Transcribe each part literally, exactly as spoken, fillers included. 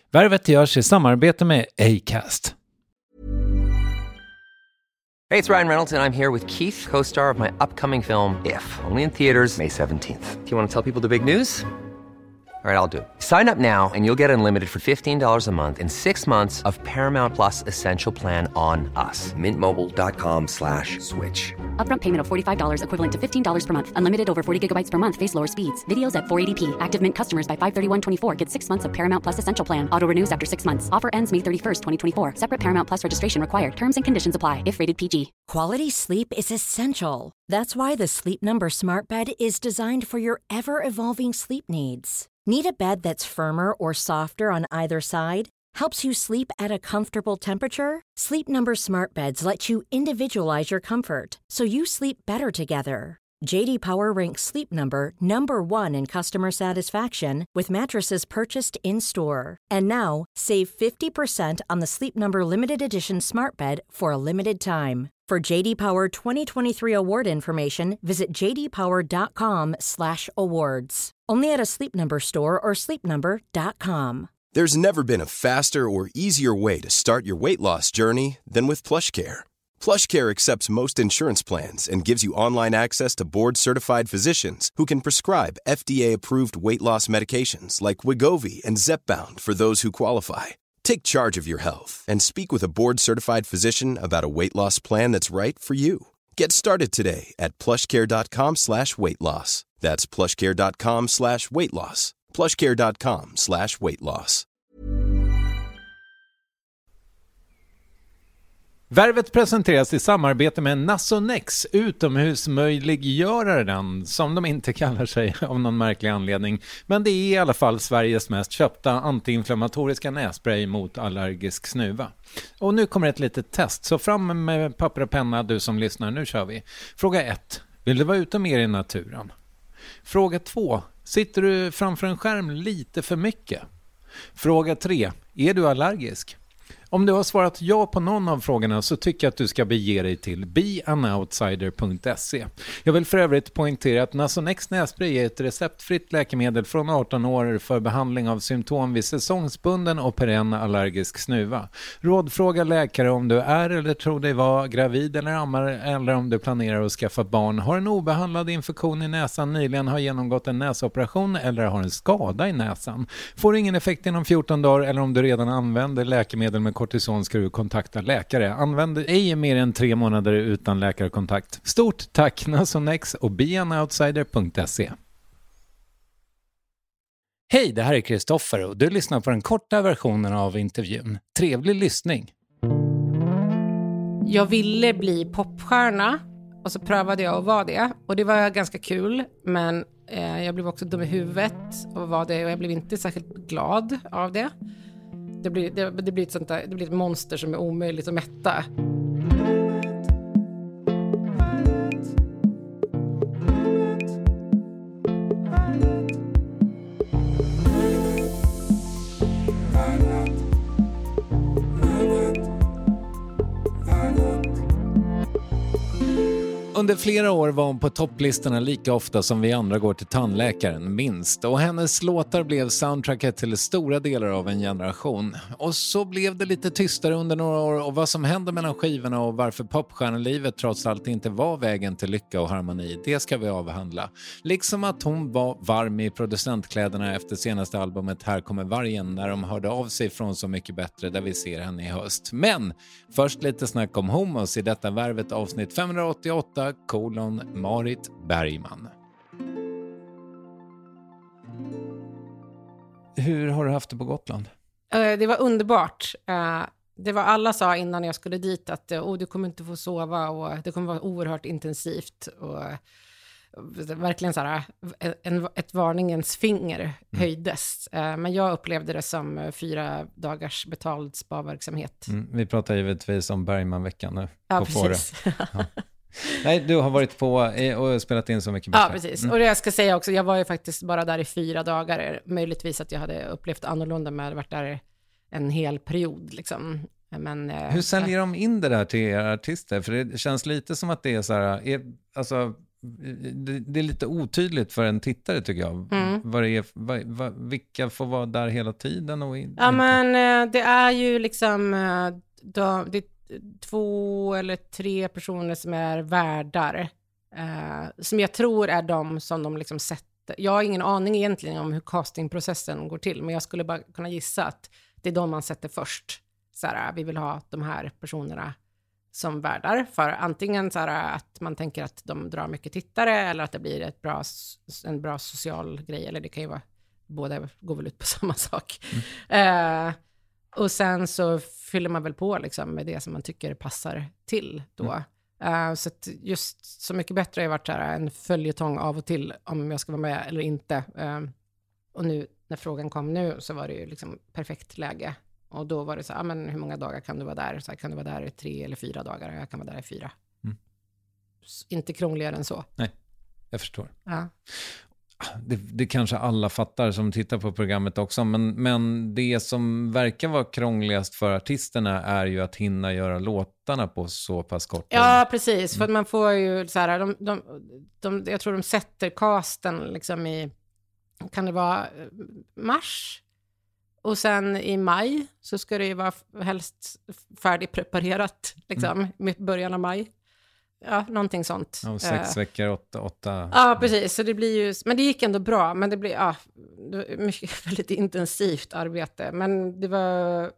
Värvet görs i samarbete med Acast. Hey, it's Ryan Reynolds, and I'm here with Keith, co-star of my upcoming film, If, only in theaters May seventeenth. Do you want to tell people the big news? All right, I'll do it. Sign up now and you'll get unlimited for fifteen dollars a month and six months of Paramount Plus Essential Plan on us. Mint Mobile dot com slash switch. Upfront payment of forty-five dollars equivalent to fifteen dollars per month. Unlimited over forty gigabytes per month. Face lower speeds. Videos at four eighty p. Active Mint customers by five thirty-one twenty-four get six months of Paramount Plus Essential Plan. Auto renews after six months. Offer ends May thirty-first, twenty twenty-four. Separate Paramount Plus registration required. Terms and conditions apply if rated P G. Quality sleep is essential. That's why the Sleep Number Smart Bed is designed for your ever-evolving sleep needs. Need a bed that's firmer or softer on either side? Helps you sleep at a comfortable temperature? Sleep Number Smart Beds let you individualize your comfort, so you sleep better together. J D Power ranks Sleep Number number one in customer satisfaction with mattresses purchased in-store. And now, save fifty percent on the Sleep Number Limited Edition Smart Bed for a limited time. For J D Power twenty twenty-three award information, visit j d power dot com slash awards. Only at a Sleep Number store or sleep number dot com. There's never been a faster or easier way to start your weight loss journey than with PlushCare. PlushCare accepts most insurance plans and gives you online access to board-certified physicians who can prescribe F D A-approved weight loss medications like Wegovy and Zepbound for those who qualify. Take charge of your health and speak with a board-certified physician about a weight loss plan that's right for you. Get started today at plushcare.com slash weight loss. That's plushcare.com slash weight loss. plushcare.com slash weight loss. Värvet presenteras i samarbete med Nasonex, utomhusmöjliggöraren, som de inte kallar sig av någon märklig anledning. Men det är i alla fall Sveriges mest köpta antiinflammatoriska nässpray mot allergisk snuva. Och nu kommer ett litet test, så fram med papper och penna du som lyssnar, nu kör vi. Fråga ett. Vill du vara ute mer i naturen? Fråga två. Sitter du framför en skärm lite för mycket? Fråga tre. Är du allergisk? Om du har svarat ja på någon av frågorna så tycker jag att du ska bege dig till be an outsider punkt se. Jag vill för övrigt poängtera att Nasonex nässpray är ett receptfritt läkemedel från arton år för behandling av symptom vid säsongsbunden och perenn allergisk snuva. Rådfråga läkare om du är eller tror dig vara gravid eller ammar, eller om du planerar att skaffa barn, har en obehandlad infektion i näsan, nyligen har genomgått en näsoperation eller har en skada i näsan. Får ingen effekt inom fjorton dagar eller om du redan använder läkemedel med kortison ska du kontakta läkare. Använd ej mer än tre månader utan läkarkontakt. Stort tack Nasonex och be an outsider punkt se. Hej, det här är Kristoffer och du lyssnar på den korta versionen av intervjun. Trevlig lyssning. Jag ville bli popstjärna och så prövade jag att vara det. Och det var ganska kul, men eh, jag blev också dum i huvudet och var det, och jag blev inte särskilt glad av det. Det blir, det, det, blir ett sånt där, det blir ett monster som är omöjligt att mätta. Under flera år var hon på topplistorna lika ofta som vi andra går till tandläkaren, minst. Och hennes låtar blev soundtracket till stora delar av en generation. Och så blev det lite tystare under några år, och vad som hände mellan skivorna och varför popstjärnelivet trots allt inte var vägen till lycka och harmoni, det ska vi avhandla. Liksom att hon var varm i producentkläderna efter senaste albumet Här kommer vargen, när de hörde av sig från Så mycket bättre, där vi ser henne i höst. Men först lite snack om homos i detta Värvet avsnitt femhundraåttioåtta kolon Marit Bergman. Hur har du haft det på Gotland? Det var underbart. Det var, alla sa innan jag skulle dit att oh, du kommer inte få sova och det kommer vara oerhört intensivt. Och verkligen så här, en, ett varningens finger höjdes. Mm. Men jag upplevde det som fyra dagars betald spa-verksamhet. Mm, vi pratar givetvis om Bergman-veckan nu. Ja, på precis. Ja. Nej, du har varit på och spelat in Så mycket bättre. Ja, precis. Mm. Och det jag ska säga också, jag var ju faktiskt bara där i fyra dagar. Möjligtvis att jag hade upplevt annorlunda med att varit där en hel period liksom. Men, hur säljer de in det där till era artister? För det känns lite som att det är så här, är, alltså det, det är lite otydligt för en tittare tycker jag. Mm. Vad det är, vad, vad, vilka får vara där hela tiden och in, Ja, inte. men eh, det är ju liksom eh, de, det är två eller tre personer som är värdar. Eh, som jag tror är de som de liksom sätter. Jag har ingen aning egentligen om hur castingprocessen går till, men jag skulle bara kunna gissa att det är de man sätter först. Så här, vi vill ha de här personerna som värdar, för antingen så här att man tänker att de drar mycket tittare eller att det blir ett bra, en bra social grej, eller det kan ju vara, båda går väl ut på samma sak. Mm. Eh, och sen så fyller man väl på liksom med det som man tycker passar till då. Mm. Uh, så att just Så mycket bättre har jag varit här en följetong av och till om jag ska vara med eller inte. Uh, och nu när frågan kom nu så var det ju liksom perfekt läge. Och då var det så här, ah, men hur många dagar kan du vara där? Så här, kan du vara där i tre eller fyra dagar? Jag kan vara där i fyra. Mm. Inte krångligare än så. Nej, jag förstår. Ja. Det, det kanske alla fattar som tittar på programmet också, men, men det som verkar vara krångligast för artisterna är ju att hinna göra låtarna på så pass kort tid. Ja, precis. Mm. För att man får ju så här, de, de, de, jag tror de sätter casten liksom i, kan det vara mars? Och sen i maj så ska det ju vara helst färdigpreparerat liksom, mm. med början av maj. Ja, någonting sånt. Ja, sex uh, veckor, åtta, åtta. Ja, precis. Så det blir ju, men det gick ändå bra. Men det blir ja, det var mycket, väldigt intensivt arbete. Men det var,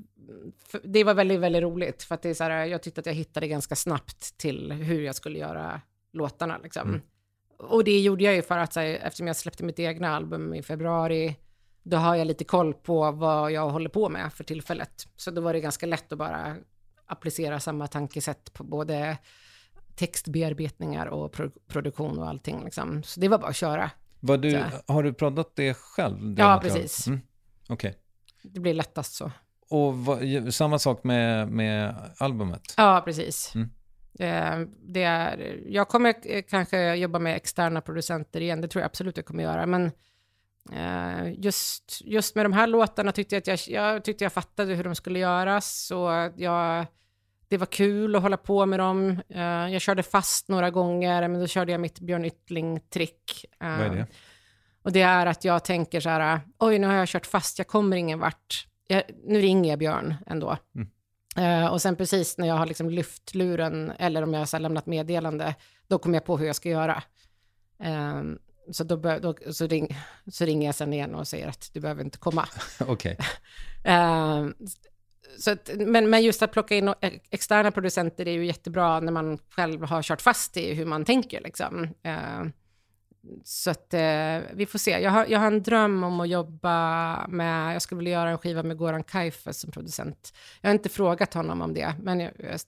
det var väldigt, väldigt roligt. För att det är så här, jag tyckte att jag hittade ganska snabbt till hur jag skulle göra låtarna. Liksom. Mm. Och det gjorde jag ju för att, så här, eftersom jag släppte mitt egna album i februari, då har jag lite koll på vad jag håller på med för tillfället. Så då var det ganska lätt att bara applicera samma tankesätt på både textbearbetningar och pro- produktion och allting. Liksom. Så det var bara att köra. Var du, har du proddat det själv? Det ja, precis. Mm. Okej. Okay. Det blir lättast så. Och vad, samma sak med, med albumet? Ja, precis. Mm. Det, det är, jag kommer kanske jobba med externa producenter igen. Det tror jag absolut jag kommer göra. Men eh, just, just med de här låtarna tyckte jag att jag, jag, tyckte jag fattade hur de skulle göras. Och jag... Det var kul att hålla på med dem. Uh, jag körde fast några gånger, men då körde jag mitt Björn Yttling-trick. Uh, Vad är det? Och det är att jag tänker så här, oj, nu har jag kört fast, jag kommer ingen vart. Jag, nu ringer jag Björn ändå. Mm. Uh, och sen precis när jag har liksom lyft luren, eller om jag har lämnat meddelande, då kommer jag på hur jag ska göra. Uh, så, då, då, så, ring, så ringer jag sen igen och säger att du behöver inte komma. Okej. Okay. Uh, Så att, men, men just att plocka in externa producenter är ju jättebra när man själv har kört fast i hur man tänker. Liksom. Uh, så att uh, vi får se. Jag har, jag har en dröm om att jobba med, jag skulle vilja göra en skiva med Goran Kaifes som producent. Jag har inte frågat honom om det, men jag, jag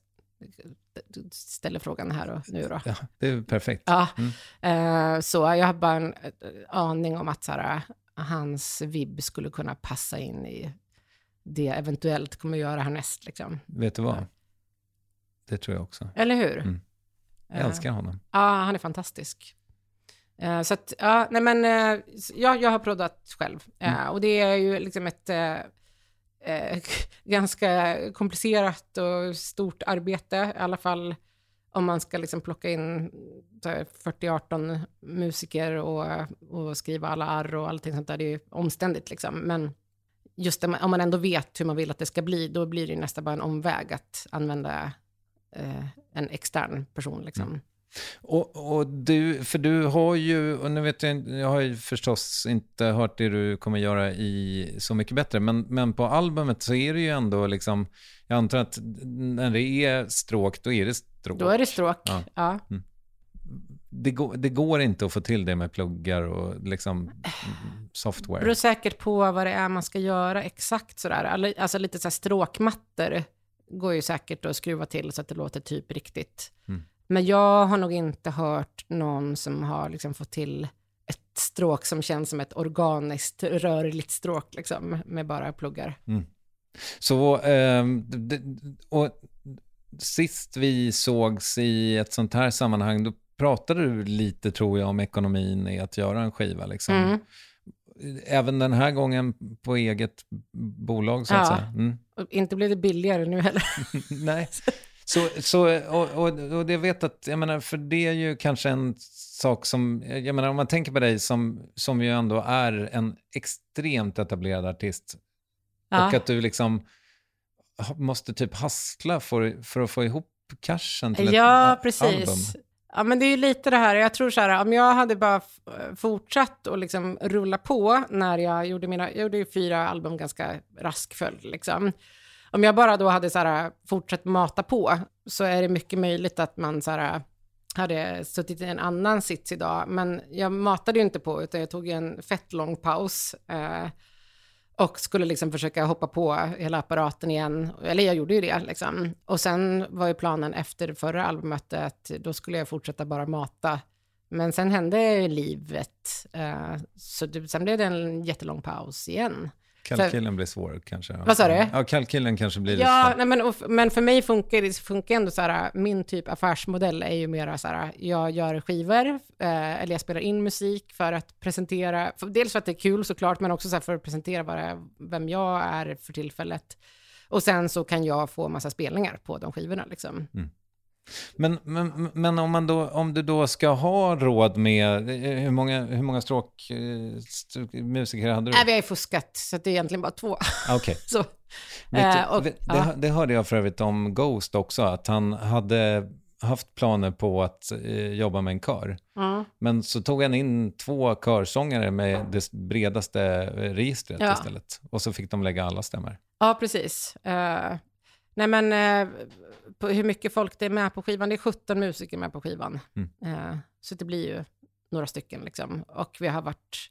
ställer frågan här och nu då. Ja, det är perfekt. Ja, mm. uh, så jag har bara en aning om att så här, hans vibb skulle kunna passa in i det eventuellt kommer göra härnäst. Liksom. Vet du vad? Det tror jag också. Eller hur? Mm. Jag älskar uh, honom. Ja, han är fantastisk. Uh, så att, ja, nej men, uh, jag, jag har proddat själv. Uh, mm. Och det är ju liksom ett uh, uh, ganska komplicerat och stort arbete. I alla fall om man ska liksom plocka in fyrtio arton musiker och, och skriva alla arr och allting sånt där. Det är ju omständigt liksom. Men just det, om man ändå vet hur man vill att det ska bli, då blir det nästan bara en omväg att använda eh, en extern person. Liksom. Mm. Och, och du, för du har ju, och nu vet jag, jag har ju förstås inte hört det du kommer göra i Så mycket bättre, men, men på albumet så är det ju ändå liksom, jag antar att när det är stråk, då är det stråk. Då är det stråk, ja. ja. Mm. Det går, det går inte att få till det med pluggar och liksom software. Det beror säkert på vad det är man ska göra exakt sådär. Alltså lite så här stråkmattor går ju säkert att skruva till så att det låter typ riktigt. Mm. Men jag har nog inte hört någon som har liksom fått till ett stråk som känns som ett organiskt rörligt stråk liksom, med bara pluggar. Mm. Så eh, det, och sist vi sågs i ett sånt här sammanhang, då pratade du lite, tror jag, om ekonomin i att göra en skiva. Liksom. Mm. Även den här gången på eget bolag, så att ja. säga. Mm. Inte blir det billigare nu heller. Nej. Så, så och, och, och det vet att, jag menar, för det är ju kanske en sak som, jag menar om man tänker på dig som, som ju ändå är en extremt etablerad artist. Ja. Och att du liksom måste typ hustla för, för att få ihop cashen till ja, ett precis. album. Ja, men det är ju lite det här, jag tror så här, om jag hade bara f- fortsatt och liksom rulla på när jag gjorde mina, jag gjorde ju fyra album ganska raskföljd liksom. Om jag bara då hade så här, fortsatt mata på så är det mycket möjligt att man så här, hade suttit i en annan sits idag. Men jag matade ju inte på utan jag tog en fett lång paus eh, och skulle liksom försöka hoppa på hela apparaten igen. Eller jag gjorde ju det liksom. Och sen var ju planen efter förra albumet att då skulle jag fortsätta bara mata. Men sen hände livet. Eh, så det, sen blev det en jättelång paus igen. Kalkylen blir svår kanske. Vad sa du? Ja, kalkylen kanske blir ja, lite... Nej, men, och, men för mig funkar det funkar ändå så här, min typ affärsmodell är ju mera så här, jag gör skivor, eh, eller jag spelar in musik för att presentera, för, dels för att det är kul såklart, men också så här för att presentera vad det, vem jag är för tillfället. Och sen så kan jag få massa spelningar på de skivorna liksom. Mm. Men, men, men om, man då, om du då ska ha råd med, hur många, hur många stråk eh, musiker hade du? Nej, vi har ju fuskat, så det är egentligen bara två. Okej. så, Vet du, eh, och, det, ja. det hörde jag för övrigt om Ghost också, att han hade haft planer på att eh, jobba med en kör. Mm. Men så tog han in två körsångare med det bredaste registret ja. istället. Och så fick de lägga alla stämmor. Ja, precis. Uh, nej men, uh, på hur mycket folk det är med på skivan, det är sjutton musiker med på skivan. Mm. Uh, så det blir ju några stycken liksom. Och vi har varit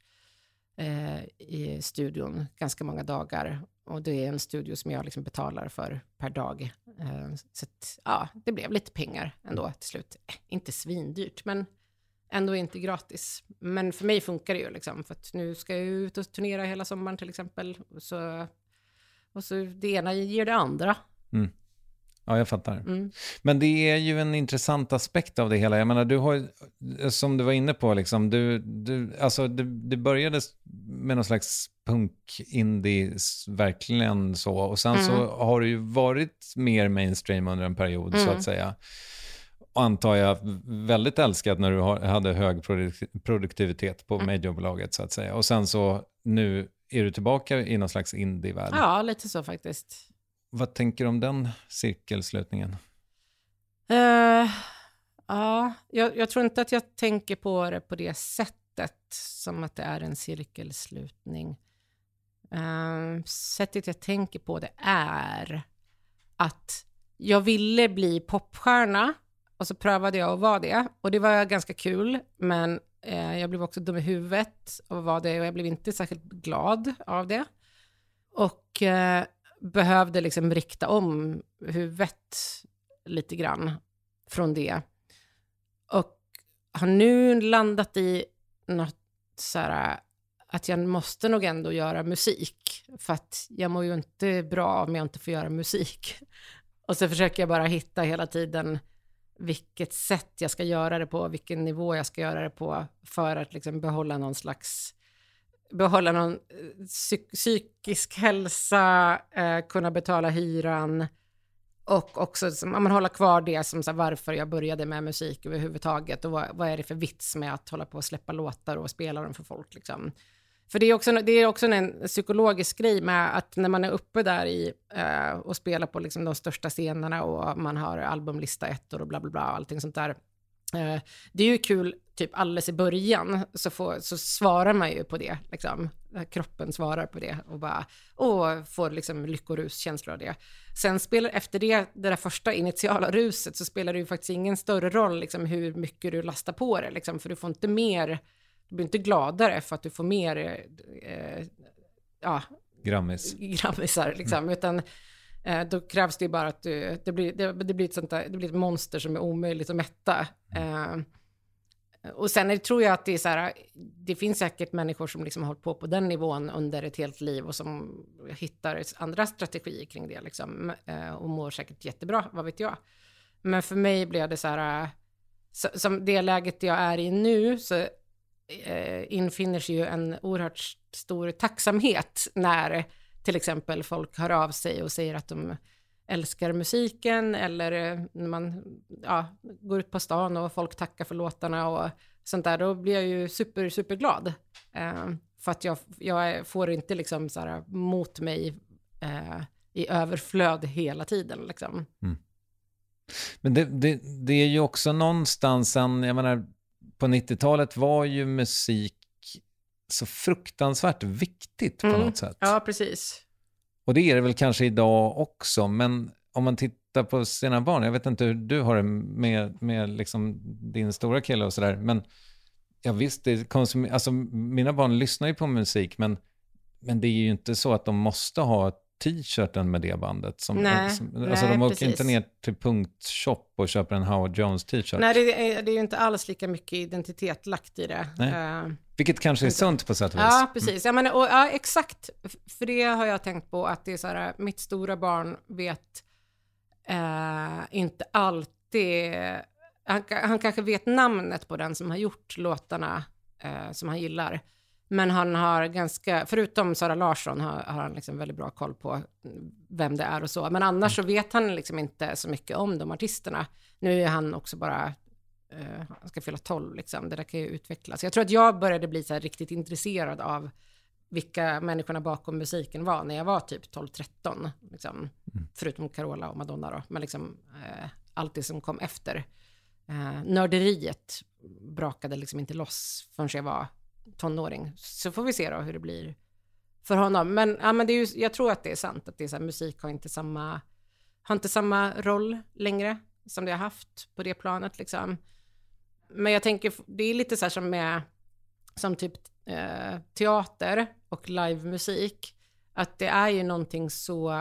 uh, i studion ganska många dagar. Och det är en studio som jag liksom betalar för per dag. Uh, så att, ja, det blev lite pengar ändå till slut. Eh, inte svindyrt, men ändå inte gratis. Men för mig funkar det ju liksom. För att nu ska jag ut och turnera hela sommaren till exempel. Så, och så det ena ger det andra. Mm. Ja, jag fattar. Mm. Men det är ju en intressant aspekt av det hela. Jag menar, du har, som du var inne på, liksom, du, du, alltså, det, det började med någon slags punk-indie, verkligen så. Och sen mm. så har du ju varit mer mainstream under en period, mm. så att säga. Antar jag väldigt älskad när du hade hög produktivitet på mm. mediebolaget, så att säga. Och sen så nu är du tillbaka i någon slags indie-värld. Ja, lite så faktiskt. Vad tänker du om den cirkelslutningen? Uh, ja, jag, jag tror inte att jag tänker på det på det sättet som att det är en cirkelslutning. Uh, sättet jag tänker på det är att jag ville bli popstjärna och så prövade jag att vara det. Och det var ganska kul, men eh, jag blev också dum i huvudet och var det, och jag blev inte särskilt glad av det. Och eh, behövde liksom rikta om huvudet lite grann från det. Och har nu landat i något så här, att jag måste nog ändå göra musik. För att jag mår ju inte bra om jag inte får göra musik. Och så försöker jag bara hitta hela tiden vilket sätt jag ska göra det på, vilken nivå jag ska göra det på för att liksom behålla någon slags, behålla någon psyk- psykisk hälsa, eh, kunna betala hyran och också som, man hålla kvar det som så här, varför jag började med musik överhuvudtaget och vad, vad är det för vits med att hålla på och släppa låtar och spela dem för folk liksom. För det är också, det är också en psykologisk grej med att när man är uppe där i eh, och spelar på liksom de största scenerna och man har albumlista ett och bla bla bla och allting sånt där. Eh, det är ju kul typ alldeles i början så, får, så svarar man ju på det liksom. Kroppen svarar på det och bara och får liksom lyckorus-känslor av det. Sen spelar efter det, det där första initiala ruset så spelar det ju faktiskt ingen större roll liksom hur mycket du lastar på det liksom, för du får inte mer. Du blir inte gladare för att du får mer eh, ja, Grammis. grammisar liksom, mm. utan eh, då krävs det bara att du, det, blir, det, det, blir ett sånt där, det blir ett monster som är omöjligt att mätta. Eh, och sen är det, tror jag att det är så här, det finns säkert människor som liksom har hållit på på den nivån under ett helt liv och som hittar andra strategier kring det liksom, eh, och mår säkert jättebra, vad vet jag. Men för mig blev det så här, så, som det läget jag är i nu så infinner sig ju en oerhört stor tacksamhet när till exempel folk hör av sig och säger att de älskar musiken, eller när man ja, går ut på stan och folk tackar för låtarna och sånt där, då blir jag ju super, super glad. Eh, för att jag, jag får inte liksom så här mot mig eh, i överflöd hela tiden liksom. Mm. Men det, det, det är ju också någonstans en, jag menar, på nittiotalet var ju musik så fruktansvärt viktigt på mm. något sätt. Ja, precis. Och det är det väl kanske idag också, men om man tittar på sina barn, jag vet inte hur du har det med, med liksom din stora kille och sådär, men ja visst, det konsum- alltså, mina barn lyssnar ju på musik, men, men det är ju inte så att de måste ha t-shirten med det bandet. Som, nej, som, nej, alltså de åker precis. inte ner till punktshop och köper en Howard Jones t-shirt. Nej, det är, det är ju inte alls lika mycket identitet lagt i det. Nej. Uh, Vilket kanske är sunt på sätt och vis. Ja, precis. Ja, men, och, ja, exakt. För det har jag tänkt på, att det är så här, mitt stora barn vet uh, inte alltid... Han, han kanske vet namnet på den som har gjort låtarna uh, som han gillar. Men han har ganska, förutom Sara Larsson har, har han liksom väldigt bra koll på vem det är och så. Men annars så vet han liksom inte så mycket om de artisterna. Nu är han också bara, uh, han ska fylla tolv liksom. Det där kan ju utvecklas. Jag tror att jag började bli så här riktigt intresserad av vilka människorna bakom musiken var när jag var typ tolv tretton. Liksom. Mm. Förutom Carola och Madonna då. Men liksom uh, allt det som kom efter. Uh, nörderiet brakade liksom inte loss förrän jag var tonåring. Så får vi se då hur det blir för honom. Men, ja, men det är ju, jag tror att det är sant att det är så här, musik har inte samma har inte samma roll längre som det har haft på det planet liksom. Men jag tänker, det är lite så här som med som typ eh, teater och livemusik, att det är ju någonting så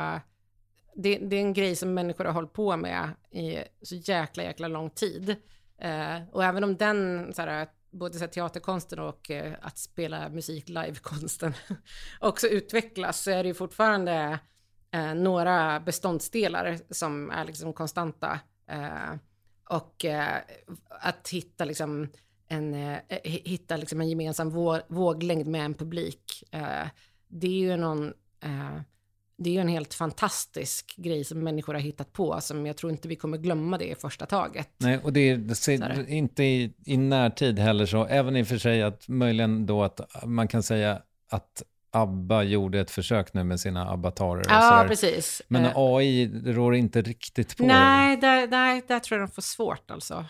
det, det är en grej som människor har hållit på med i så jäkla jäkla lång tid. Eh, och även om den så här, både så här, teaterkonsten och eh, att spela musik live-konsten också utvecklas, så är det ju fortfarande eh, några beståndsdelar som är liksom konstanta. Eh, och eh, att hitta liksom en, eh, hitta liksom en gemensam vå- våglängd med en publik. Eh, det är ju någon... Eh, det är ju en helt fantastisk grej som människor har hittat på, som jag tror inte vi kommer glömma det i första taget. Nej, och det är, det är inte i, i närtid heller så, även i och för sig att möjligen då att man kan säga att ABBA gjorde ett försök nu med sina avatarer. Ja, och sådär. precis. Men A I rår inte riktigt på nej, det. Nej, där, där tror jag de får svårt alltså.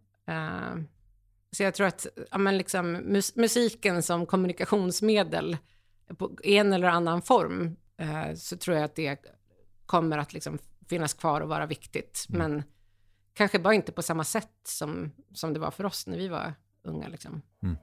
Uh, så jag tror att ja, men liksom, mus- musiken som kommunikationsmedel på en eller annan form, så tror jag att det kommer att liksom finnas kvar och vara viktigt. Mm. Men kanske bara inte på samma sätt som, som det var för oss när vi var unga. Liksom. Mm.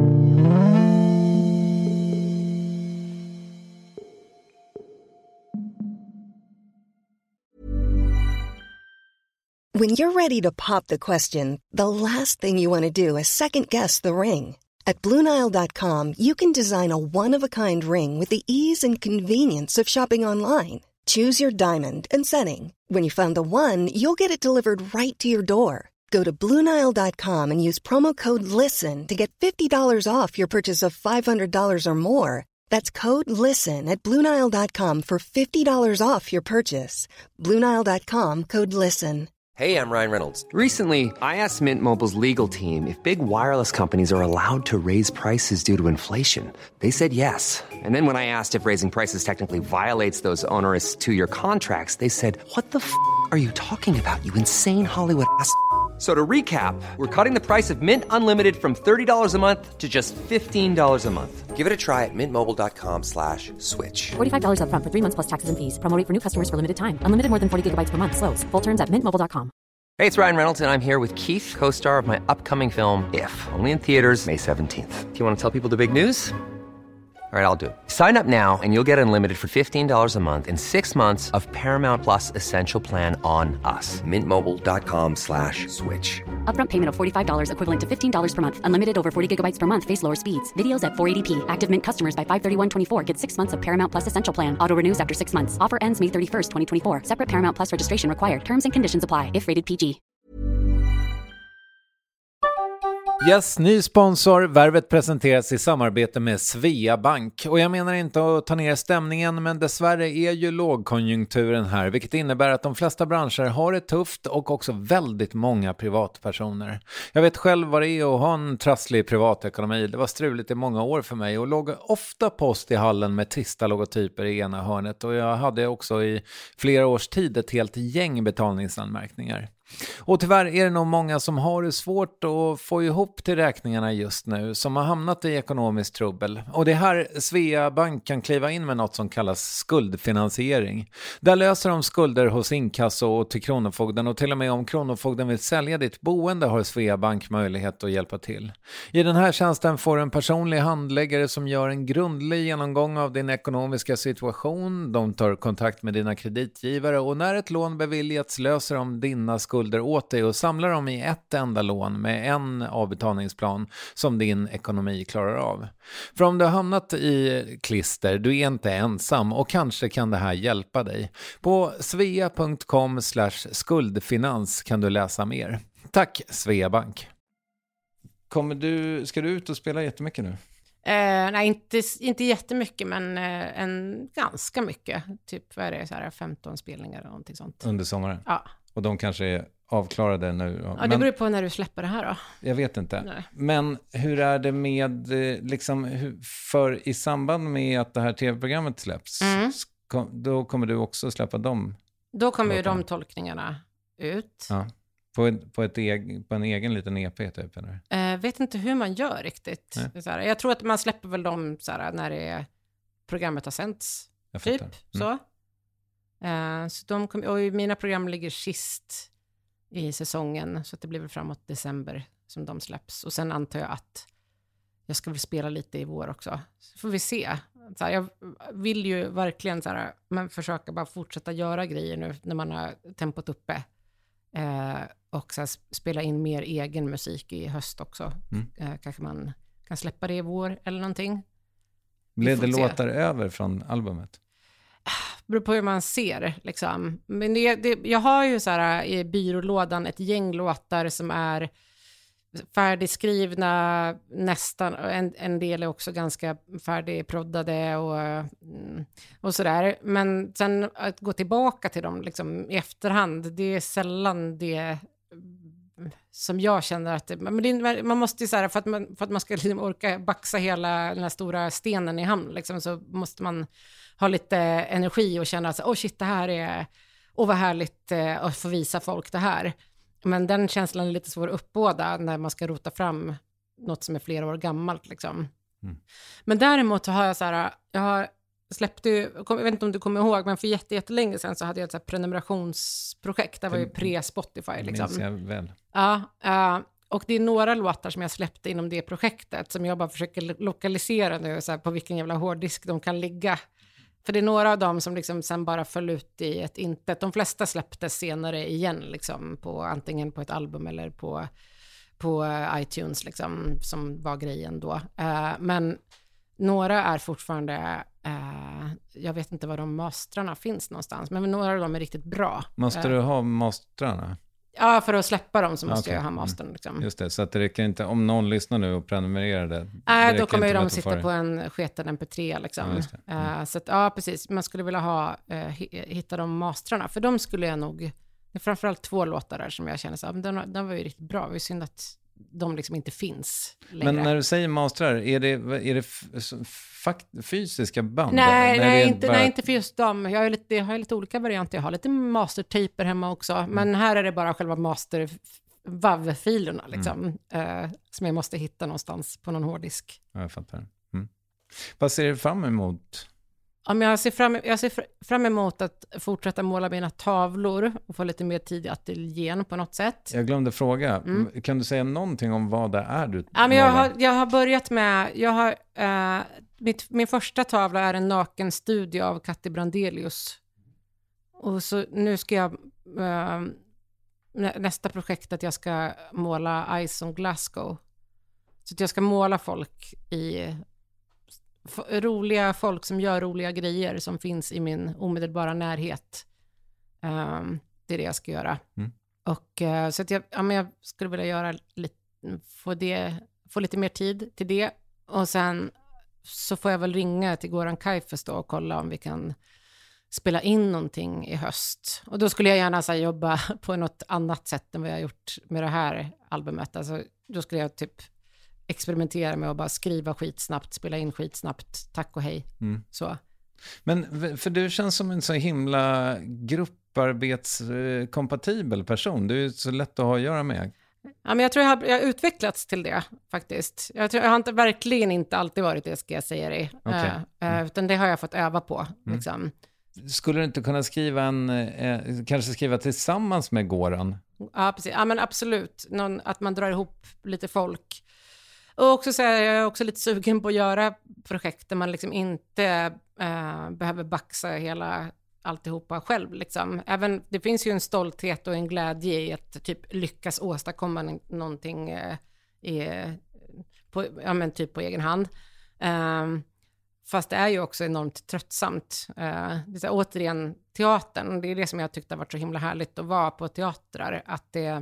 When you're ready to pop the question, the last thing you want to do is second guess the ring. At Blue Nile dot com, you can design a one-of-a-kind ring with the ease and convenience of shopping online. Choose your diamond and setting. When you find the one, you'll get it delivered right to your door. Go to Blue Nile dot com and use promo code LISTEN to get fifty dollars off your purchase of five hundred dollars or more. That's code LISTEN at Blue Nile dot com for fifty dollars off your purchase. Blue Nile dot com, code LISTEN. Hey, I'm Ryan Reynolds. Recently, I asked Mint Mobile's legal team if big wireless companies are allowed to raise prices due to inflation. They said yes. And then when I asked if raising prices technically violates those onerous two-year contracts, they said, what the f*** are you talking about, you insane Hollywood ass f- So to recap, we're cutting the price of Mint Unlimited from thirty dollars a month to just fifteen dollars a month. Give it a try at mintmobile.com slash switch. forty-five dollars up front for three months plus taxes and fees. Promo rate for new customers for limited time. Unlimited more than forty gigabytes per month. Slows full terms at mint mobile dot com. Hey, it's Ryan Reynolds, and I'm here with Keith, co-star of my upcoming film, If, only in theaters May seventeenth. Do you want to tell people the big news? All right, I'll do it. Sign up now and you'll get unlimited for fifteen dollars a month and six months of Paramount Plus Essential Plan on us. Mintmobile.com slash switch. Upfront payment of forty-five dollars equivalent to fifteen dollars per month. Unlimited over forty gigabytes per month. Face lower speeds. Videos at four eighty p. Active Mint customers by five thirty-one twenty-four get six months of Paramount Plus Essential Plan. Auto renews after six months. Offer ends May thirty-first, twenty twenty-four. Separate Paramount Plus registration required. Terms and conditions apply if rated P G. Yes, ny sponsor. Värvet presenteras i samarbete med Svea Bank. Och jag menar inte att ta ner stämningen, men dessvärre är ju lågkonjunkturen här, vilket innebär att de flesta branscher har det tufft och också väldigt många privatpersoner. Jag vet själv vad det är att ha en trasslig privatekonomi. Det var struligt i många år för mig och låg ofta post i hallen med trista logotyper i ena hörnet. Och jag hade också i flera års tid ett helt gäng betalningsanmärkningar. Och tyvärr är det nog många som har det svårt att få ihop till räkningarna just nu, som har hamnat i ekonomiskt trubbel. Och det här Svea Bank kan kliva in med något som kallas skuldfinansiering. Där löser de skulder hos inkasso och till Kronofogden, och till och med om Kronofogden vill sälja ditt boende har Svea Bank möjlighet att hjälpa till. I den här tjänsten får du en personlig handläggare som gör en grundlig genomgång av din ekonomiska situation. De tar kontakt med dina kreditgivare och när ett lån beviljats löser de dina skulder åt dig och samlar dem i ett enda lån med en avbetalningsplan som din ekonomi klarar av. För om du har hamnat i klister, du är inte ensam och kanske kan det här hjälpa dig. På svea punkt com slash skuldfinans kan du läsa mer. Tack Svea Bank. Kommer du, ska du ut och spela jättemycket nu? Eh, nej, inte, inte jättemycket, men eh, en, ganska mycket. Typ vad är det, så här femton spelningar eller någonting sånt. Under sommaren? Ja. Och de kanske är avklarade nu? Ja, det beror på när du släpper det här då. Jag vet inte. Nej. Men hur är det med, liksom, hur, för i samband med att det här tv-programmet släpps, mm. ska, då kommer du också släppa dem? Då kommer ju de tolkningarna ut. Ja. På, ett, på, ett eg, på en egen liten E P typ? Eller? Eh, vet inte hur man gör riktigt. Så här, jag tror att man släpper väl dem så här, när det är, programmet har sänts. Typ, mm. så. Eh, så de kom, och mina program ligger sist i säsongen, så att det blir väl framåt december som de släpps. Och sen antar jag att jag ska väl spela lite i vår också. Så får vi se. Så här, jag vill ju verkligen så här, men försöka bara fortsätta göra grejer nu när man har tempot uppe. Eh, och så här, spela in mer egen musik i höst också. Mm. Eh, kanske man kan släppa det i vår eller någonting. Blev det låtar över från albumet? Beror på hur man ser liksom. Men det, det, jag har ju så här i byrålådan ett gäng låtar som är färdigskrivna nästan, en, en del är också ganska färdigproddade och, och sådär. Men sen att gå tillbaka till dem liksom i efterhand, det är sällan det som jag känner att det, men det, man måste ju så här, för att man, för att man ska liksom orka baxa hela den här stora stenen i hamn liksom, så måste man ha lite energi och känna att åh oh shit, det här är, och vad härligt eh, att få visa folk det här. Men den känslan är lite svår att uppbåda när man ska rota fram något som är flera år gammalt liksom. Mm. Men däremot så har jag så här, jag har släppt ju, jag vet inte om du kommer ihåg, men för jätte, jättelänge sedan så hade jag ett så här prenumerationsprojekt, det var ju pre-Spotify liksom. Minns jag väl. Ja, uh, och det är några låtar som jag släppte inom det projektet som jag bara försöker lokalisera nu så här, på vilken jävla hårddisk de kan ligga. För det är några av dem som liksom sen bara föll ut i ett intet. De flesta släpptes senare igen liksom, på, antingen på ett album eller på, på iTunes liksom, som var grejen då. Uh, men några är fortfarande, uh, jag vet inte var de mastrarna finns någonstans, men några av dem är riktigt bra. Måste uh, du ha mastrarna? Ja, för att släppa dem så måste okay. jag ha mastern. Liksom. Just det, så att det räcker inte, om någon lyssnar nu och prenumererar det. Nej, det då kommer ju de att sitta på en sketen M P tre liksom. Ja, mm. uh, så att, ja, precis. Man skulle vilja ha, uh, hitta de mastrarna. För de skulle jag nog, det är framförallt två låtar där som jag känner så här, de, de var ju riktigt bra. Det är synd att de liksom inte finns längre. Men när du säger mastrar, är det, är det fakt- fysiska band? Nej, nej, inte, bara... nej, inte för just dem. Jag har lite, jag har lite olika varianter. Jag har lite mastertaper hemma också. Mm. Men här är det bara själva master W A V-filerna liksom. Mm. Eh, som jag måste hitta någonstans på någon hårddisk. Ja, jag fattar. Mm. Vad ser du fram emot? Ja, men jag ser fram, jag ser fram emot att fortsätta måla mina tavlor och få lite mer tid i ateljén på något sätt. Jag glömde fråga. Mm. Kan du säga någonting om vad det är du ja, men jag, har, jag har börjat med... Jag har, eh, mitt, min första tavla är en naken studie av Katti Brandelius. Och så nu ska jag... Eh, nästa projekt att jag ska måla Ice on Glasgow. Så att jag ska måla folk i... roliga folk som gör roliga grejer som finns i min omedelbara närhet. Um, det är det jag ska göra. Mm. Och uh, så att jag, ja, men jag skulle vilja göra lite, få, det, få lite mer tid till det. Och sen så får jag väl ringa till Goran Kaifes då och kolla om vi kan spela in någonting i höst. Och då skulle jag gärna så här, jobba på något annat sätt än vad jag har gjort med det här albumet. Alltså, då skulle jag typ experimentera med att bara skriva skitsnabbt, spela in skitsnabbt, tack och hej. Mm. Så. Men för du känns som en så himla grupparbetskompatibel person. Du är så lätt att ha att göra med. Ja, men jag tror jag har, jag har utvecklats till det faktiskt. Jag, tror, jag har inte, verkligen inte alltid varit det, ska jag säga dig. Okay. Uh, mm. uh, utan det har jag fått öva på. Mm. Liksom. Skulle du inte kunna skriva en, eh, kanske skriva tillsammans med Goran? Ja, precis. Ja, men absolut. Någon, att man drar ihop lite folk. Och också så är jag också lite sugen på att göra projekt där man liksom inte eh, behöver baxa hela alltihopa själv. Liksom. Även, det finns ju en stolthet och en glädje i att typ lyckas åstadkomma n- någonting eh, i, på, ja, men typ på egen hand. Um, Fast det är ju också enormt tröttsamt. Uh, det är så, återigen, teatern, det är det som jag tyckte har varit så himla härligt att vara på teatrar. Att, det,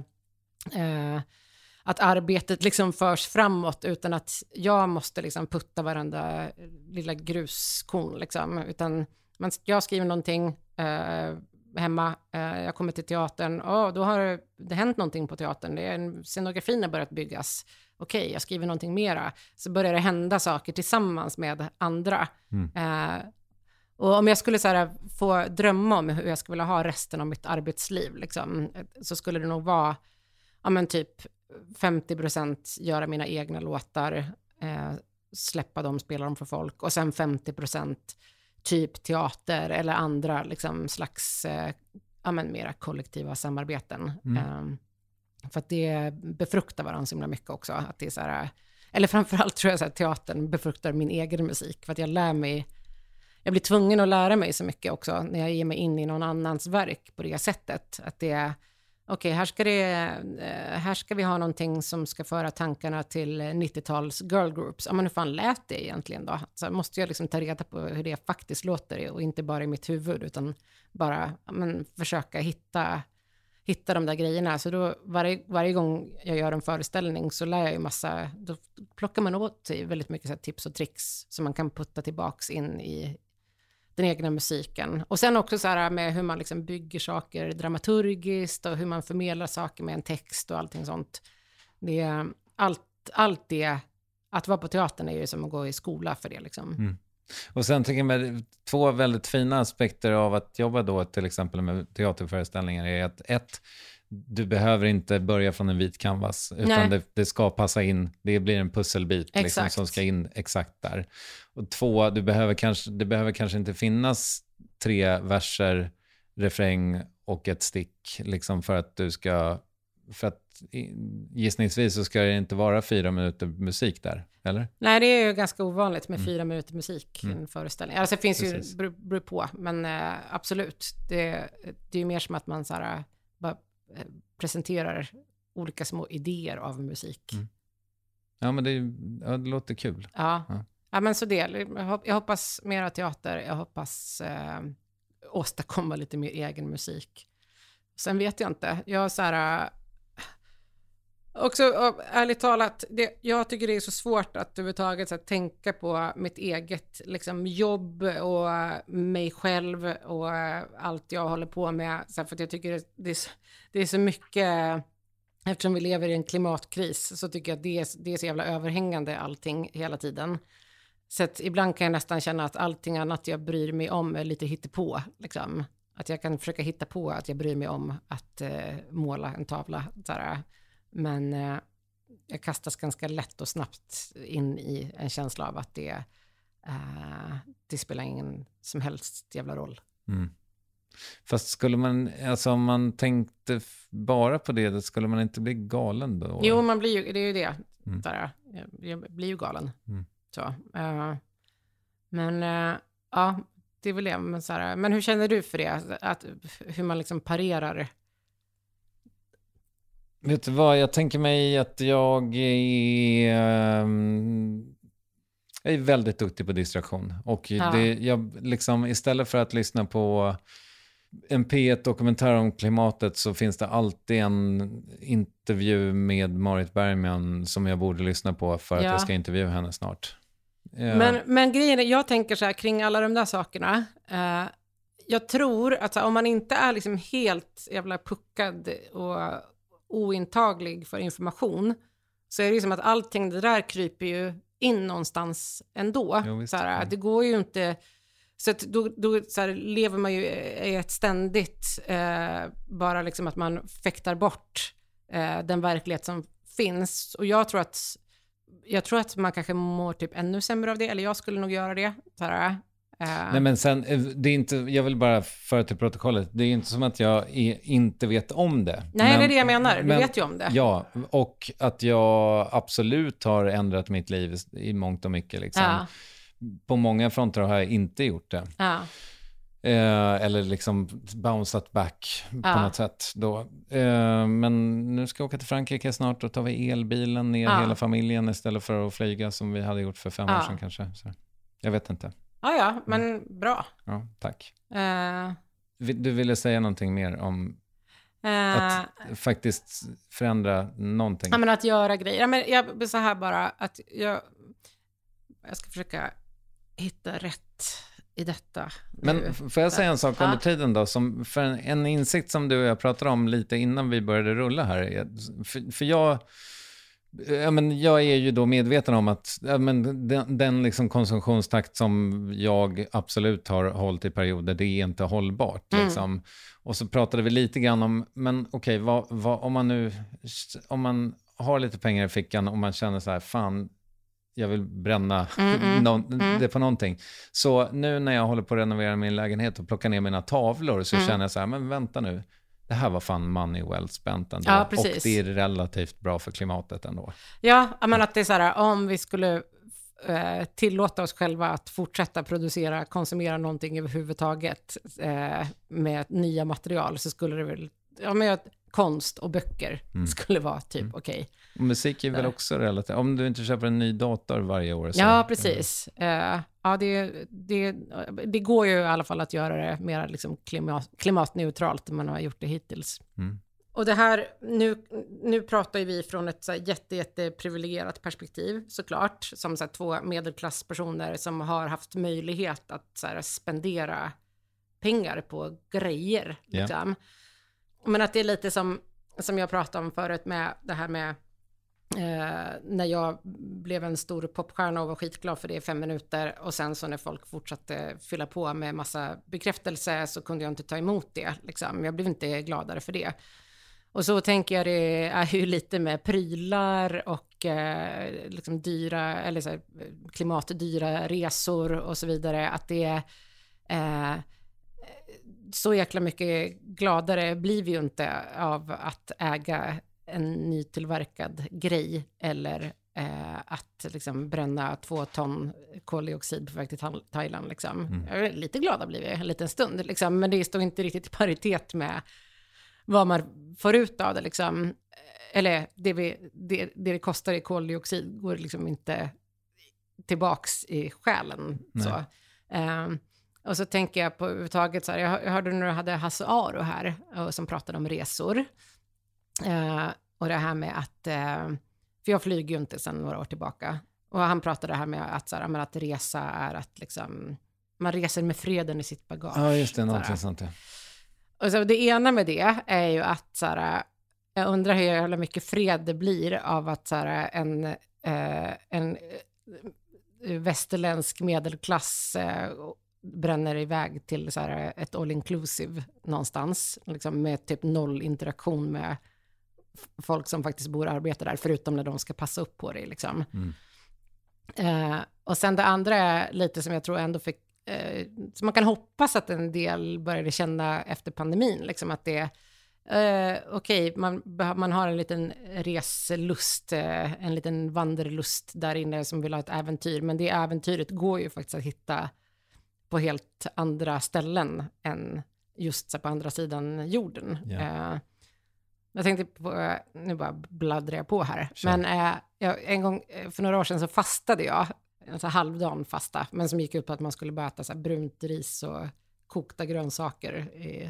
uh, att arbetet liksom förs framåt utan att jag måste liksom putta varenda lilla gruskorn. Liksom. Utan man, jag skriver någonting uh, hemma, uh, jag kommer till teatern, och då har det hänt någonting på teatern. Det är en, scenografin har börjat byggas. Okej, jag skriver någonting mera. Så börjar det hända saker tillsammans med andra. Mm. Eh, och om jag skulle så här, få drömma om hur jag skulle vilja ha resten av mitt arbetsliv, liksom, så skulle det nog vara ja, men typ femtio procent göra mina egna låtar, eh, släppa dem, spela dem för folk. Och sen femtio procent typ teater eller andra liksom, slags eh, ja, men mera kollektiva samarbeten. Mm. Eh, För att det befruktar varandra så himla mycket också. Att det är så här, eller framförallt tror jag att teatern befruktar min egen musik. För att jag lär mig, jag blir tvungen att lära mig så mycket också när jag ger mig in i någon annans verk på det sättet. Att det är, okej, okay, här ska det, här ska vi ha någonting som ska föra tankarna till nittio-tals girl groups. Ja, men hur fan lät det egentligen då? Så måste jag liksom ta reda på hur det faktiskt låter och inte bara i mitt huvud utan bara ja, men, försöka hitta hitta de där grejerna. Så då varje, varje gång jag gör en föreställning så lär jag ju massa, då plockar man åt sig väldigt mycket så här tips och tricks som man kan putta tillbaks in i den egna musiken. Och sen också så här med hur man liksom bygger saker dramaturgiskt och hur man förmedlar saker med en text och allting sånt. Det är allt, allt det, att vara på teatern är ju som att gå i skola för det liksom. Mm. Och sen tycker jag två väldigt fina aspekter av att jobba då till exempel med teaterföreställningar är att ett, du behöver inte börja från en vit canvas utan det, det ska passa in, det blir en pusselbit liksom, som ska in exakt där. Och två, du behöver kanske, det behöver kanske inte finnas tre verser, refräng och ett stick liksom för att du ska, för att gissningsvis så ska det inte vara fyra minuter musik där, eller? Nej, det är ju ganska ovanligt med mm. fyra minuter musik i en mm. föreställning. Alltså det finns Precis. ju, beror, beror på, men eh, absolut. Det, det är ju mer som att man så här, bara eh, presenterar olika små idéer av musik. Mm. Ja, men det, ja, det låter kul. Ja. Ja. Ja, men så det. Jag hoppas mera teater. Jag hoppas eh, åstadkomma lite mer egen musik. Sen vet jag inte. Jag så här... Också ärligt talat, det, jag tycker det är så svårt att överhuvudtaget så här, tänka på mitt eget liksom, jobb och mig själv och allt jag håller på med. Så här, för att jag tycker det, det, är, det är så mycket, eftersom vi lever i en klimatkris så tycker jag att det är, det är så jävla överhängande allting hela tiden. Så att ibland kan jag nästan känna att allting annat jag bryr mig om är lite hittepå. Liksom. Att jag kan försöka hitta på att jag bryr mig om att eh, måla en tavla så här. Men eh, jag kastas ganska lätt och snabbt in i en känsla av att det, eh, det spelar ingen som helst jävla roll. Mm. Fast skulle man, alltså om man tänkte bara på det, då skulle man inte bli galen då? Jo, man blir ju, det är ju det. Mm. Där, jag, jag blir ju galen. Mm. Så, eh, men eh, ja, det är väl det. Men, så här, men hur känner du för det? Att, hur man liksom parerar? Vet du vad, jag tänker mig att jag är, um, jag är väldigt duktig på distraktion. Och ja. det, jag liksom, istället för att lyssna på en P ett-dokumentär om klimatet så finns det alltid en intervju med Marit Bergman som jag borde lyssna på för att Ja. jag ska intervjua henne snart. Ja. Men, men grejen är, jag tänker så här kring alla de där sakerna. Eh, jag tror att så här, om man inte är liksom helt jävla puckad och ointaglig för information så är det ju som att allting det där kryper ju in någonstans ändå. Jo, visst. Så här, det går ju inte... Så att då, då så här, lever man ju i ett ständigt eh, bara liksom att man fäktar bort eh, den verklighet som finns. Och jag tror att jag tror att man kanske mår typ ännu sämre av det, eller jag skulle nog göra det. Så här, eh. Nej, men sen, det är inte, jag vill bara föra till protokollet, det är inte som att jag är, inte vet om det. Nej, men, det är det jag menar, du men, vet ju om det. Ja, och att jag absolut har ändrat mitt liv i mångt och mycket liksom. Ja. På många fronter har jag inte gjort det. Ja. Eh, eller liksom bounced back på Ja. något sätt då. Eh, men nu ska jag åka till Frankrike snart och tar vi elbilen ner Ja. hela familjen istället för att flyga som vi hade gjort för fem Ja. år sedan kanske. Så, jag vet inte. Ja, ja, men bra. Ja, tack. Eh, Vi- Du ville säga någonting mer om eh, att faktiskt förändra någonting? ja, men att göra grejer. Ja, men jag, så här bara, att jag, jag ska försöka hitta rätt i detta Men nu. f- får jag säga en sak Ja. under tiden då? Som för en, en insikt som du och jag pratade om lite innan vi började rulla här. är- För, för jag, ja, men jag är ju då medveten om att ja, men den, den liksom konsumtionstakt som jag absolut har hållit i perioder, det är inte hållbart. Mm. Liksom. Och så pratade vi lite grann om, men okej, vad, vad, om man nu, om man har lite pengar i fickan och man känner så här, fan, jag vill bränna Mm, mm, någon, mm. det på någonting. Så nu när jag håller på att renovera min lägenhet och plocka ner mina tavlor så Mm. känner jag så här, men vänta nu. Det här var fan money well spent ändå. Ja, och precis. det är relativt bra för klimatet ändå. Ja, men att det är så här, om vi skulle eh, tillåta oss själva att fortsätta producera, konsumera någonting överhuvudtaget eh, med nya material så skulle det väl, ja men att konst och böcker Mm. skulle vara typ okej. Och musik är väl Där. också relativt, om du inte köper en ny dator varje år. Så, Ja, precis. Eh, ja, det, det, det går ju i alla fall att göra det mer liksom klimat, klimatneutralt än man har gjort det hittills. Mm. Och det här, nu, nu pratar ju vi från ett så här jätte, jätte privilegierat perspektiv såklart, som så här två medelklasspersoner som har haft möjlighet att så här spendera pengar på grejer. Ja. Liksom. Men att det är lite som, som jag pratade om förut med det här med eh, när jag blev en stor popstjärna och var skitglad för det i fem minuter och sen så när folk fortsatte fylla på med massa bekräftelse så kunde jag inte ta emot det. Liksom. Jag blev inte gladare för det. Och så tänker jag det är ju lite med prylar och eh, liksom dyra, eller så här, klimatdyra resor och så vidare, att det är eh, så jäkla mycket gladare blir vi ju inte av att äga en nytillverkad grej eller eh, att liksom bränna två ton koldioxid på väg till Tha- Thailand. Liksom. Mm. Jag är lite glada blir vi en liten stund, liksom, men det står inte riktigt i paritet med vad man får ut av det. Liksom. Eller det, vi, det, det det kostar i koldioxid går liksom inte tillbaks i själen. Så. Um, och så tänker jag på överhuvudtaget så här, jag, jag hörde när du hade Hasse Aro här och, som pratade om resor. Uh, och det här med att, uh, för jag flyger ju inte sedan några år tillbaka. Och han pratade det här med att, så här, men att resa är att liksom, man reser med freden i sitt bagage. Ja, just det, Så här. någonting sånt. Ja. Och så det ena med det är ju att så här, jag undrar hur jävla mycket fred det blir av att så här, en, eh, en eh, västerländsk medelklass eh, bränner iväg till så här, ett all inclusive någonstans, liksom med typ noll interaktion med f- folk som faktiskt bor och arbetar där, förutom när de ska passa upp på det. Liksom. Mm. Eh, och sen det andra är lite som jag tror ändå fick så man kan hoppas att en del började känna efter pandemin, liksom att det är eh, okej, okay, man, man har en liten reslust, eh, en liten vanderlust där inne som vill ha ett äventyr, men det äventyret går ju faktiskt att hitta på helt andra ställen än just så på andra sidan jorden. Ja. Eh, jag tänkte på, nu bara bladdrar jag på här, Kör. men eh, jag, en gång för några år sedan så fastade jag en så halvdan fasta, men som gick ut på att man skulle bara äta så här brunt ris och kokta grönsaker i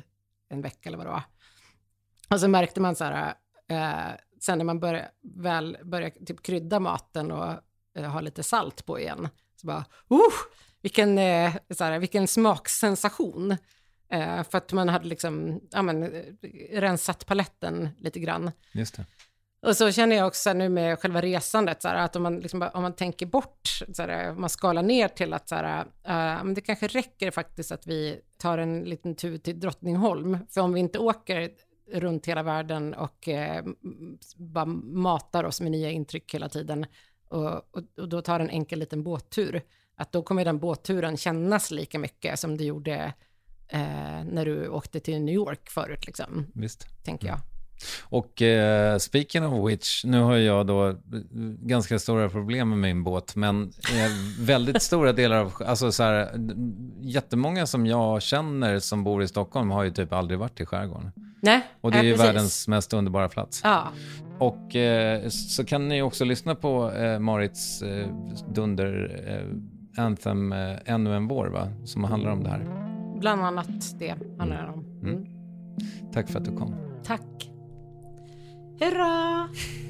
en vecka eller vad det var. Och så märkte man så här, eh, sen när man började, väl började typ krydda maten och eh, ha lite salt på igen, så bara, uh, vilken, eh, så här, vilken smaksensation. Eh, för att man hade liksom, ja men, rensat paletten lite grann. Just det. Och så känner jag också nu med själva resandet, så här, att om man, liksom, om man tänker bort, så här, om man skalar ner till att så här, uh, men det kanske räcker faktiskt att vi tar en liten tur till Drottningholm. För om vi inte åker runt hela världen och uh, bara matar oss med nya intryck hela tiden och, och, och då tar en enkel liten båttur, att då kommer den båtturen kännas lika mycket som det gjorde uh, när du åkte till New York förut, liksom. Visst. Tänker jag. Och eh, speaking of which, nu har jag då ganska stora problem med min båt, men eh, väldigt stora delar av, alltså så här, jättemånga som jag känner som bor i Stockholm har ju typ aldrig varit i skärgården. Nej, och det är ja, ju precis. Världens mest underbara plats. Ja. Och eh, så kan ni också lyssna på eh, Marits eh, dunder eh, anthem eh, Ännu en vår, va? Som handlar om det här. Bland annat det handlar det om. Mm. Mm. Tack för att du kom. Tack. Hurra!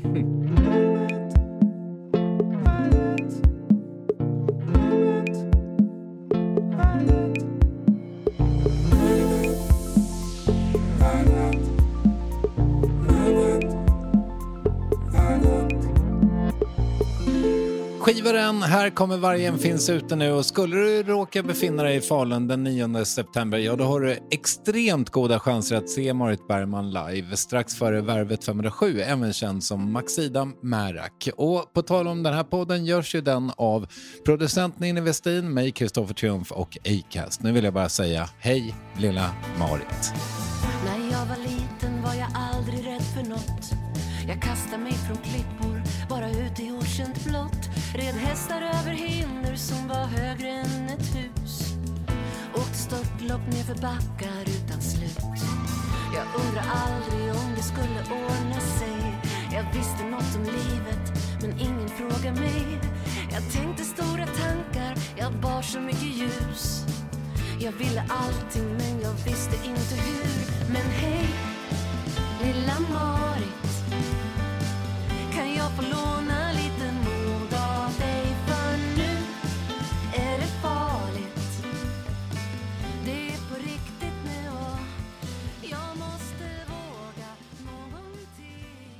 Skivaren, här kommer vargen finns ute nu, och skulle du råka befinna dig i Falun den nionde september, ja då har du extremt goda chanser att se Marit Bergman live strax före Värvet femhundrasju, även känd som Maxida Märak. Och på tal om den här podden görs ju den av producenten Ninni Westin, mig Kristoffer Triumf och Acast. Nu vill jag bara säga hej lilla Marit. När jag var liten var jag aldrig rädd för något. Jag kastade mig från klippor, bara ut i okänt blått. Red hästar över hinder som var högre än ett hus. Åkte störtlopp ner för backar utan slut. Jag undrar aldrig om det skulle ordna sig. Jag visste något om livet, men ingen frågade mig. Jag tänkte stora tankar, jag bar så mycket ljus. Jag ville allting, men jag visste inte hur. Men hej, lilla Marit, kan jag få låna lite mod av dig? För nu är det farligt. Det är på riktigt nu och jag måste våga någonting.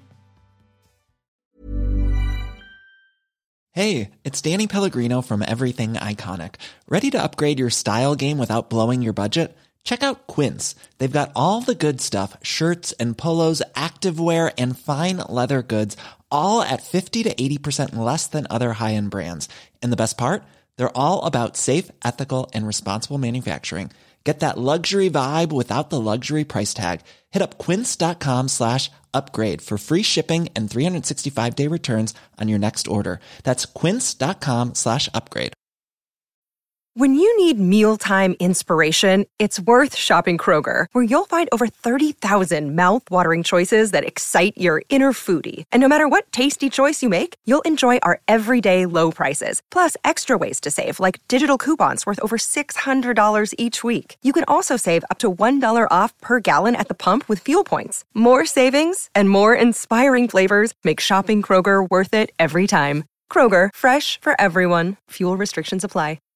Hey, it's Danny Pellegrino from Everything Iconic. Ready to upgrade your style game without blowing your budget? Check out Quince. They've got all the good stuff, shirts and polos, activewear, and fine leather goods, all at fifty to eighty percent less than other high-end brands. And the best part? They're all about safe, ethical, and responsible manufacturing. Get that luxury vibe without the luxury price tag. Hit up quince.com slash upgrade for free shipping and three sixty-five day returns on your next order. That's quince.com slash upgrade. When you need mealtime inspiration, it's worth shopping Kroger, where you'll find over thirty thousand mouth-watering choices that excite your inner foodie. And no matter what tasty choice you make, you'll enjoy our everyday low prices, plus extra ways to save, like digital coupons worth over six hundred dollars each week. You can also save up to one dollar off per gallon at the pump with fuel points. More savings and more inspiring flavors make shopping Kroger worth it every time. Kroger, fresh for everyone. Fuel restrictions apply.